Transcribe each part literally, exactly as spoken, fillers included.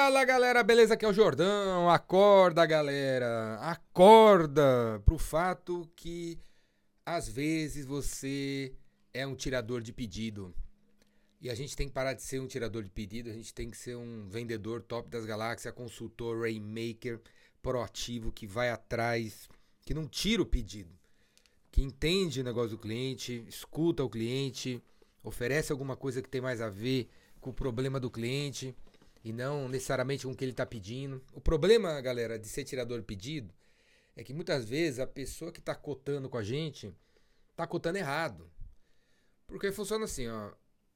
Fala galera, beleza? Aqui é o Jordão. Acorda galera, acorda pro fato que às vezes você é um tirador de pedido. E a gente tem que parar de ser um tirador de pedido, a gente tem que ser um vendedor top das galáxias, consultor, rainmaker, proativo, que vai atrás, que não tira o pedido, que entende o negócio do cliente, escuta o cliente, oferece alguma coisa que tem mais a ver com o problema do cliente e não necessariamente com o que ele está pedindo. O problema, galera, de ser tirador de pedido é que muitas vezes a pessoa que está cotando com a gente está cotando errado. Porque funciona assim, ó.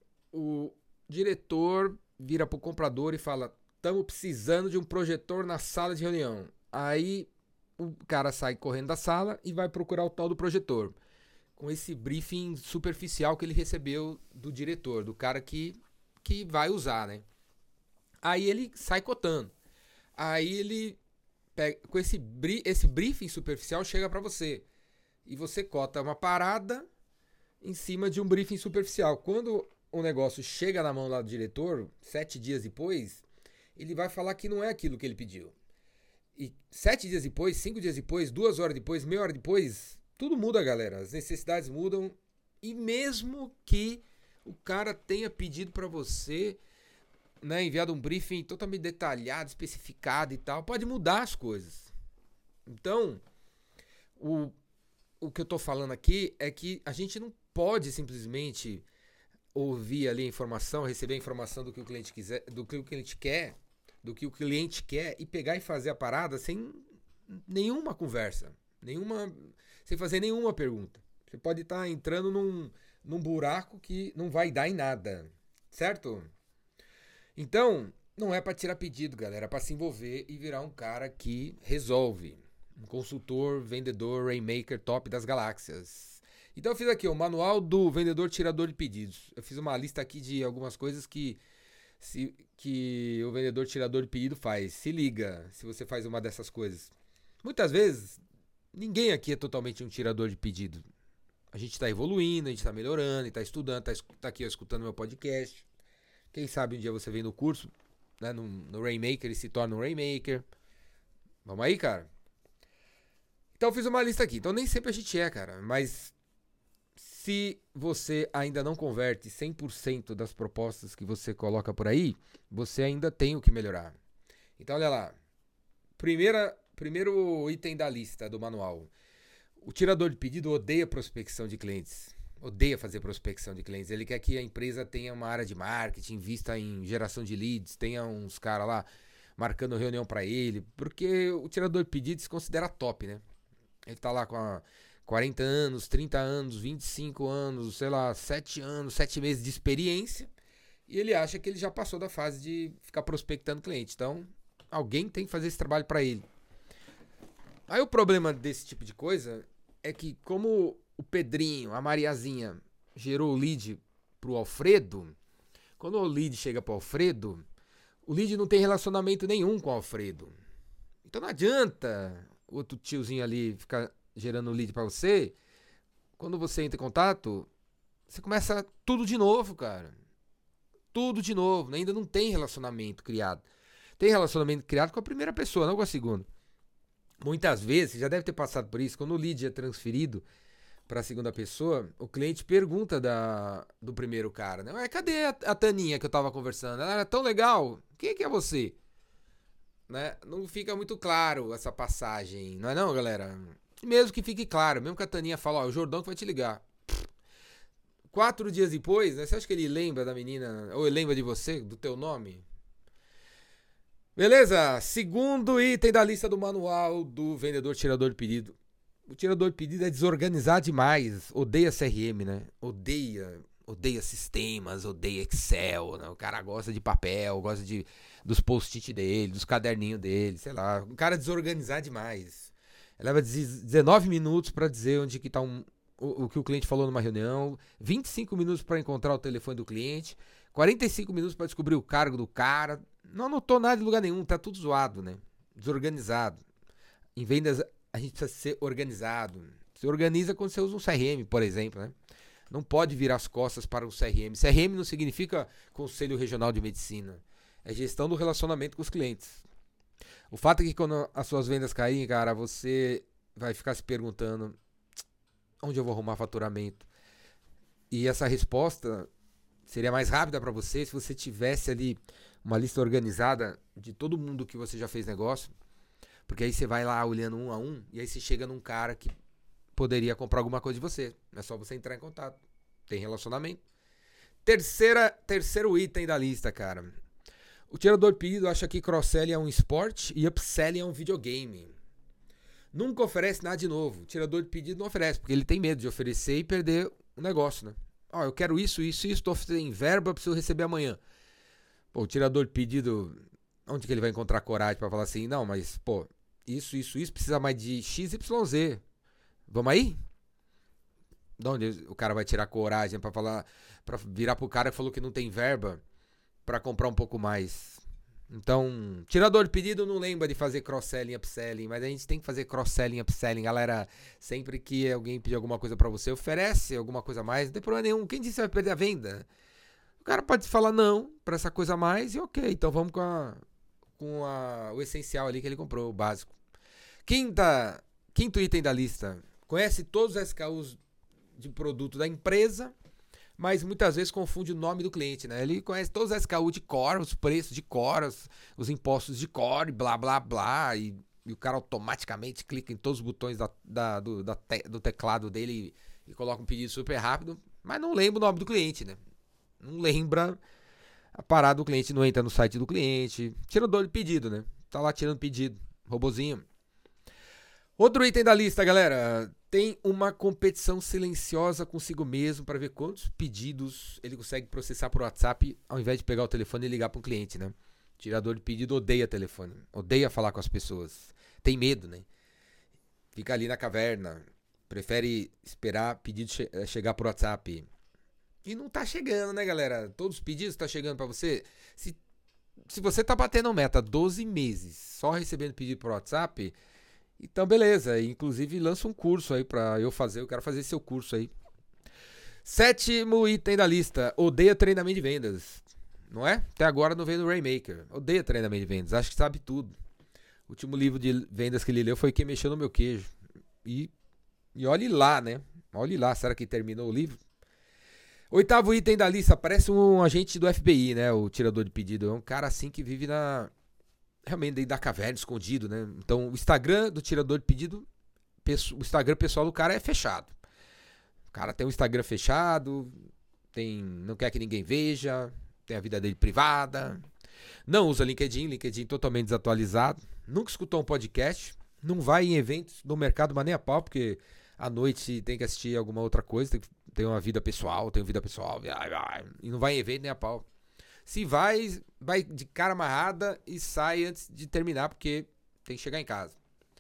O diretor vira pro comprador e fala: estamos precisando de um projetor na sala de reunião. Aí o cara sai correndo da sala e vai procurar o tal do projetor, com esse briefing superficial que ele recebeu do diretor, do cara que, que vai usar, né? Aí ele sai cotando. Aí ele pega, com esse, esse briefing superficial chega para você. E você cota uma parada em cima de um briefing superficial. Quando o negócio chega na mão lá do diretor, sete dias depois, ele vai falar que não é aquilo que ele pediu. E sete dias depois, cinco dias depois, duas horas depois, meia hora depois, tudo muda, galera. As necessidades mudam. E mesmo que o cara tenha pedido para você, né, enviado um briefing totalmente detalhado, especificado e tal, pode mudar as coisas. Então, o, o que eu tô falando aqui é que a gente não pode simplesmente ouvir ali a informação, receber a informação do que o cliente quiser, do que o cliente quer, do que o cliente quer e pegar e fazer a parada sem nenhuma conversa, nenhuma, sem fazer nenhuma pergunta. Você pode estar entrando num, num buraco que não vai dar em nada, certo? Então, não é para tirar pedido, galera, é para se envolver e virar um cara que resolve. Um consultor, vendedor, rainmaker top das galáxias. Então eu fiz aqui o manual do vendedor tirador de pedidos. Eu fiz uma lista aqui de algumas coisas que, se, que o vendedor tirador de pedido faz. Se liga se você faz uma dessas coisas. Muitas vezes, ninguém aqui é totalmente um tirador de pedido. A gente está evoluindo, a gente está melhorando, está estudando, está tá aqui ó, escutando meu podcast. Quem sabe um dia você vem no curso, né, no, no Rainmaker e se torna um Rainmaker. Vamos aí, cara? Então eu fiz uma lista aqui. Então nem sempre a gente é, cara. Mas se você ainda não converte cem por cento das propostas que você coloca por aí, você ainda tem o que melhorar. Então olha lá. Primeira, primeiro item da lista do manual. O tirador de pedido odeia prospecção de clientes. Odeia fazer prospecção de clientes. Ele quer que a empresa tenha uma área de marketing, invista em geração de leads, tenha uns caras lá marcando reunião para ele, porque o tirador de pedidos se considera top, né? Ele tá lá com a quarenta anos, trinta anos, vinte e cinco anos, sei lá, sete anos, sete meses de experiência, e ele acha que ele já passou da fase de ficar prospectando cliente. Então, alguém tem que fazer esse trabalho para ele. Aí o problema desse tipo de coisa é que, como o Pedrinho, a Mariazinha, gerou o lead pro Alfredo, quando o lead chega pro Alfredo, o lead não tem relacionamento nenhum com o Alfredo. Então não adianta o outro tiozinho ali ficar gerando lead pra você. Quando você entra em contato, você começa tudo de novo, cara. Tudo de novo. Ainda não tem relacionamento criado. Tem relacionamento criado com a primeira pessoa, não com a segunda. Muitas vezes, você já deve ter passado por isso, quando o lead é transferido para a segunda pessoa, o cliente pergunta da, do primeiro cara, né? Cadê a, a Taninha que eu tava conversando? Ela era tão legal. Quem que é você? Né? Não fica muito claro essa passagem, não é não, galera? Mesmo que fique claro, mesmo que a Taninha fala, ó, o Jordão que vai te ligar. Quatro dias depois, né? Você acha que ele lembra da menina, ou ele lembra de você, do teu nome? Beleza? Segundo item da lista do manual do vendedor tirador de pedido. O tirador de pedido é desorganizado demais. Odeia C R M, né? Odeia, odeia sistemas, odeia Excel, né? O cara gosta de papel, gosta de, dos post-it dele, dos caderninhos dele, sei lá. O cara é desorganizado demais. Ele leva dezenove minutos para dizer onde que tá um, o, o que o cliente falou numa reunião, vinte e cinco minutos para encontrar o telefone do cliente, quarenta e cinco minutos para descobrir o cargo do cara. Não anotou nada de lugar nenhum, tá tudo zoado, né? Desorganizado. Em vendas, a gente precisa ser organizado. Se organiza quando você usa um C R M, por exemplo, né? Não pode virar as costas para o C R M. C R M não significa Conselho Regional de Medicina. É gestão do relacionamento com os clientes. O fato é que quando as suas vendas caírem, cara, você vai ficar se perguntando onde eu vou arrumar faturamento. E essa resposta seria mais rápida para você se você tivesse ali uma lista organizada de todo mundo que você já fez negócio. Porque aí você vai lá olhando um a um e aí você chega num cara que poderia comprar alguma coisa de você. É só você entrar em contato. Tem relacionamento. Terceira, terceiro item da lista, cara. O tirador de pedido acha que cross-selling é um esporte e upselling é um videogame. Nunca oferece nada de novo. O tirador de pedido não oferece, porque ele tem medo de oferecer e perder o negócio, né? Ó, eu quero isso, isso, isso, tô sem verba, preciso receber amanhã. Pô, o tirador de pedido, onde que ele vai encontrar coragem pra falar assim, não, mas, pô, isso, isso, isso, precisa mais de X Y Z. Vamos aí? De onde o cara vai tirar coragem pra falar, pra virar pro cara que falou que não tem verba pra comprar um pouco mais? Então, tirador de pedido não lembra de fazer cross-selling, upselling, mas a gente tem que fazer cross-selling, upselling, galera. Sempre que alguém pedir alguma coisa pra você, oferece alguma coisa a mais, não tem problema nenhum. Quem disse que vai perder a venda? O cara pode falar não pra essa coisa a mais e ok, então vamos com, a, com a, o essencial ali que ele comprou, o básico. Quinta, quinto item da lista, conhece todos os S K Us de produto da empresa, mas muitas vezes confunde o nome do cliente, né? Ele conhece todos os S K U de core, os preços de core, os, os impostos de core, blá, blá, blá, e, e o cara automaticamente clica em todos os botões da, da, do, da te, do teclado dele e, e coloca um pedido super rápido, mas não lembra o nome do cliente, né? Não lembra a parada do cliente, não entra no site do cliente, tirador de pedido, né? Tá lá tirando pedido, robozinho. Outro item da lista, galera, tem uma competição silenciosa consigo mesmo para ver quantos pedidos ele consegue processar por WhatsApp ao invés de pegar o telefone e ligar para um cliente, né? Tirador de pedido odeia telefone, odeia falar com as pessoas, tem medo, né? Fica ali na caverna, prefere esperar pedido che- chegar por WhatsApp. E não tá chegando, né, galera? Todos os pedidos tá chegando para você. Se, se você tá batendo meta doze meses só recebendo pedido por WhatsApp, então, beleza. Inclusive, lança um curso aí pra eu fazer. Eu quero fazer seu curso aí. Sétimo item da lista. Odeia treinamento de vendas. Não é? Até agora não veio no Rainmaker. Odeia treinamento de vendas. Acho que sabe tudo. O último livro de vendas que ele leu foi Quem Mexeu no Meu Queijo. E, e olhe lá, né? Olhe lá. Será que terminou o livro? Oitavo item da lista. Parece um agente do F B I, né? O tirador de pedido. É um cara assim que vive na... realmente dentro da caverna, escondido, né? Então, o Instagram do tirador de pedido, o Instagram pessoal do cara é fechado. O cara tem um Instagram fechado, tem, não quer que ninguém veja, tem a vida dele privada, não usa LinkedIn, LinkedIn totalmente desatualizado, nunca escutou um podcast, não vai em eventos no mercado, mas nem a pau, porque à noite tem que assistir alguma outra coisa, tem, tem uma vida pessoal, tem uma vida pessoal, e não vai em evento nem a pau. Se vai, vai de cara amarrada e sai antes de terminar, porque tem que chegar em casa.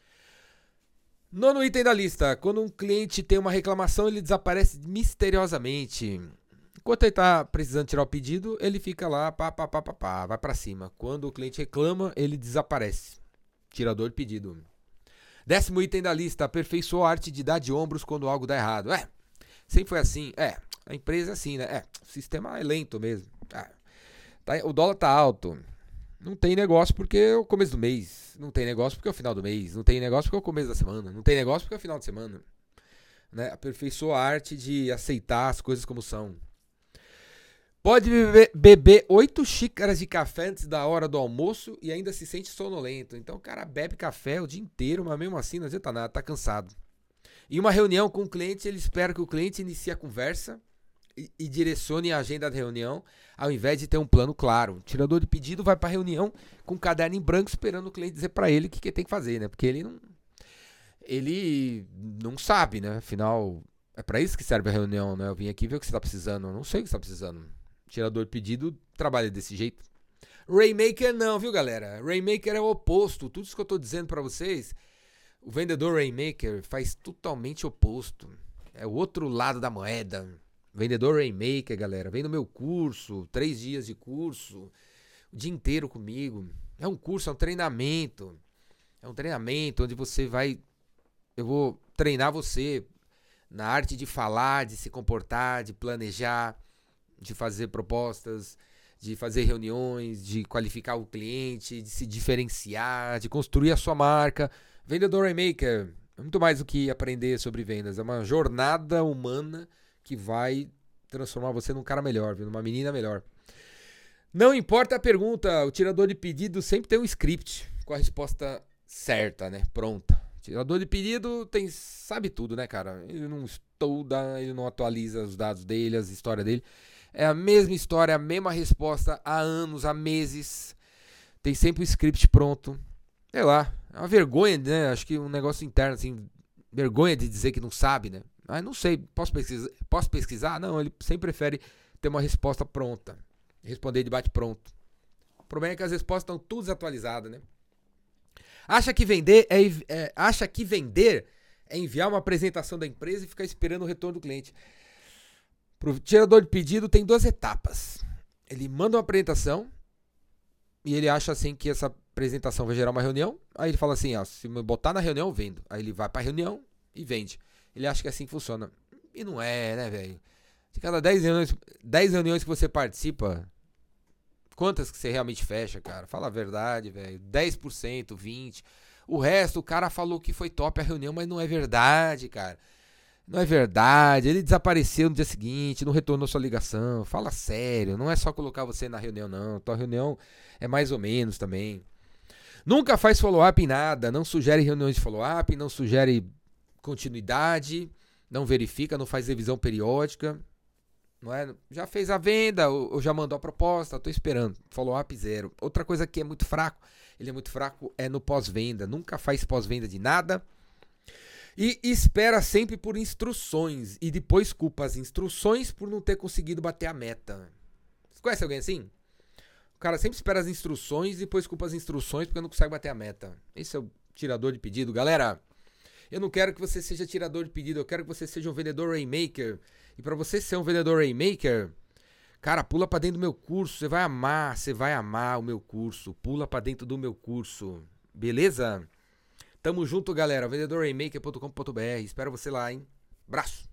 Nono item da lista. Quando um cliente tem uma reclamação, ele desaparece misteriosamente. Enquanto ele está precisando tirar o pedido, ele fica lá, pá, pá, pá, pá, pá, vai para cima. Quando o cliente reclama, ele desaparece. Tirador de pedido. Décimo item da lista. Aperfeiçoou a arte de dar de ombros quando algo dá errado. É, sempre foi assim. É, a empresa é assim, né? É, o sistema é lento mesmo. É. O dólar tá alto. Não tem negócio porque é o começo do mês. Não tem negócio porque é o final do mês. Não tem negócio porque é o começo da semana. Não tem negócio porque é o final de semana. Né? Aperfeiçoou a arte de aceitar as coisas como são. Pode beber oito xícaras de café antes da hora do almoço e ainda se sente sonolento. Então o cara bebe café o dia inteiro, mas mesmo assim não adianta nada, tá cansado. Em uma reunião com o cliente, ele espera que o cliente inicie a conversa e, e direcione a agenda da reunião, ao invés de ter um plano claro. O tirador de pedido vai para a reunião com um caderno em branco esperando o cliente dizer para ele o que, que ele tem que fazer, né? Porque ele não, ele não sabe, né? Afinal, é para isso que serve a reunião, né? Eu vim aqui ver o que você está precisando. Eu não sei o que você está precisando. O tirador de pedido trabalha desse jeito. Rainmaker não, viu, galera? Rainmaker é o oposto. Tudo isso que eu estou dizendo para vocês, o vendedor Rainmaker faz totalmente oposto. É o outro lado da moeda. Vendedor Rainmaker, galera, vem no meu curso, três dias de curso, o dia inteiro comigo. É um curso, é um treinamento. É um treinamento onde você vai... Eu vou treinar você na arte de falar, de se comportar, de planejar, de fazer propostas, de fazer reuniões, de qualificar o cliente, de se diferenciar, de construir a sua marca. Vendedor Rainmaker é muito mais do que aprender sobre vendas. É uma jornada humana que vai transformar você num cara melhor, numa menina melhor. Não importa a pergunta, o tirador de pedido sempre tem um script com a resposta certa, né? Pronta. O tirador de pedido tem, sabe tudo, né, cara? Ele não estuda, ele não atualiza os dados dele, as histórias dele. É a mesma história, a mesma resposta há anos, há meses. Tem sempre o script pronto. Sei lá, é uma vergonha, né? Acho que um negócio interno, assim, vergonha de dizer que não sabe, né? Ah, não sei, posso pesquisar? Posso pesquisar? Não, ele sempre prefere ter uma resposta pronta. Responder de bate-pronto. O problema é que as respostas estão todas desatualizadas, né? Acha que vender é, é, acha que vender é enviar uma apresentação da empresa e ficar esperando o retorno do cliente. Pro tirador de pedido tem duas etapas. Ele manda uma apresentação e ele acha assim que essa apresentação vai gerar uma reunião. Aí ele fala assim, ó, se me botar na reunião, eu vendo. Aí ele vai pra reunião e vende. Ele acha que é assim que funciona. E não é, né, velho? De cada dez reuniões, dez reuniões que você participa, quantas que você realmente fecha, cara? Fala a verdade, velho. dez por cento, vinte por cento. O resto, o cara falou que foi top a reunião, mas não é verdade, cara. Não é verdade. Ele desapareceu no dia seguinte, não retornou sua ligação. Fala sério, não é só colocar você na reunião, não. Tua reunião é mais ou menos também. Nunca faz follow-up em nada. Não sugere reuniões de follow-up, não sugere continuidade, não verifica, não faz revisão periódica. Não é? Já fez a venda ou, ou já mandou a proposta, estou esperando. Follow-up zero. Outra coisa que é muito fraco, ele é muito fraco, é no pós-venda. Nunca faz pós-venda de nada. E espera sempre por instruções. E depois culpa as instruções por não ter conseguido bater a meta. Você conhece alguém assim? O cara sempre espera as instruções e depois culpa as instruções porque não consegue bater a meta. Esse é o tirador de pedido. Galera, eu não quero que você seja tirador de pedido. Eu quero que você seja um vendedor Rainmaker. E para você ser um vendedor Rainmaker, cara, pula para dentro do meu curso. Você vai amar, você vai amar o meu curso. Pula para dentro do meu curso. Beleza? Tamo junto, galera. vendedor rainmaker ponto com ponto br. Espero você lá, hein? Abraço!